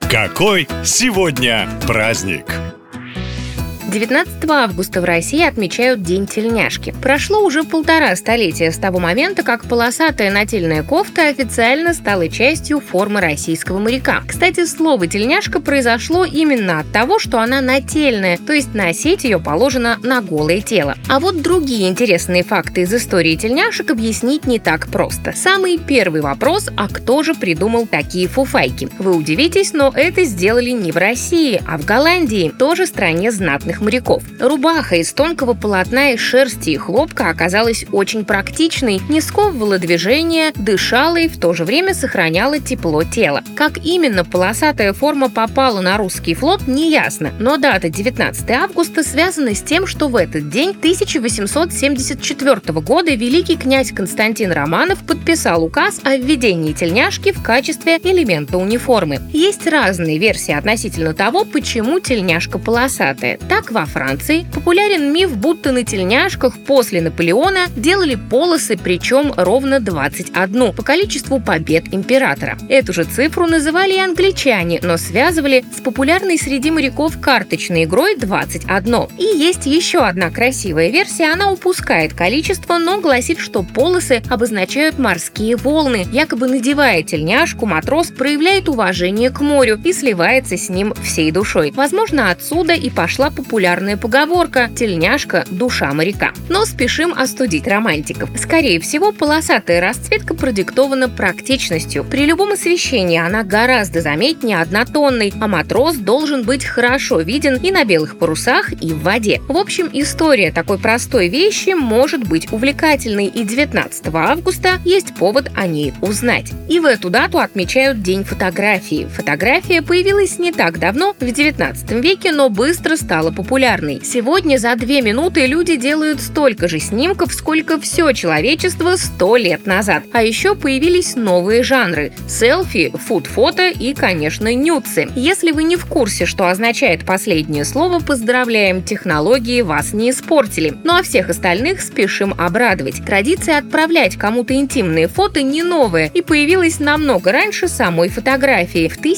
Какой сегодня праздник? 19 августа в России отмечают День тельняшки. Прошло уже 1,5 столетия с того момента, как полосатая нательная кофта официально стала частью формы российского моряка. Кстати, слово «тельняшка» произошло именно от того, что она нательная, то есть носить ее положено на голое тело. А вот другие интересные факты из истории тельняшек объяснить не так просто. Самый первый вопрос: а кто же придумал такие фуфайки? Вы удивитесь, но это сделали не в России, а в Голландии, тоже стране знатных моряков. Рубаха из тонкого полотна из шерсти и хлопка оказалась очень практичной, не сковывала движения, дышала и в то же время сохраняла тепло тела. Как именно полосатая форма попала на русский флот, неясно, но дата 19 августа связана с тем, что в этот день 1874 года великий князь Константин Романов подписал указ о введении тельняшки в качестве элемента униформы. Есть разные версии относительно того, почему тельняшка полосатая. Так, во Франции популярен миф, будто на тельняшках после Наполеона делали полосы, причем ровно 21 по количеству побед императора. Эту же цифру называли и англичане, но связывали с популярной среди моряков карточной игрой 21. И есть еще одна красивая версия, она упускает количество, но гласит, что полосы обозначают морские волны. Якобы, надевая тельняшку, матрос проявляет уважение к морю и сливается с ним всей душой. Возможно, отсюда и пошла популярная поговорка «тельняшка – душа моряка». Но спешим остудить романтиков. Скорее всего, полосатая расцветка продиктована практичностью. При любом освещении она гораздо заметнее однотонной, а матрос должен быть хорошо виден и на белых парусах, и в воде. В общем, история такой простой вещи может быть увлекательной, и 19 августа есть повод о ней узнать. И в эту дату отмечают День фотографии. Фотография появилась не так давно, в 19 веке, но быстро стала популярной. Сегодня за 2 минуты люди делают столько же снимков, сколько все человечество 100 лет назад. А еще появились новые жанры – селфи, фуд-фото и, конечно, нюдсы. Если вы не в курсе, что означает последнее слово, поздравляем, технологии вас не испортили. Ну а всех остальных спешим обрадовать. Традиция отправлять кому-то интимные фото не новая и появилась намного раньше самой фотографии, в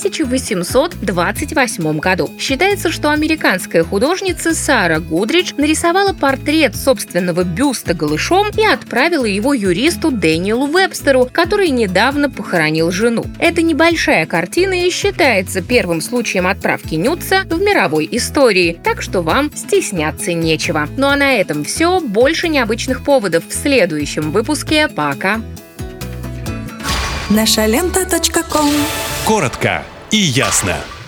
1828 году. Считается, что американская художница Сара Гудридж нарисовала портрет собственного бюста голышом и отправила его юристу Дэниелу Вебстеру, который недавно похоронил жену. Эта небольшая картина и считается первым случаем отправки нюдса в мировой истории, так что вам стесняться нечего. Ну а на этом все. Больше необычных поводов в следующем выпуске. Пока! Нашалента.ком. Коротко и ясно.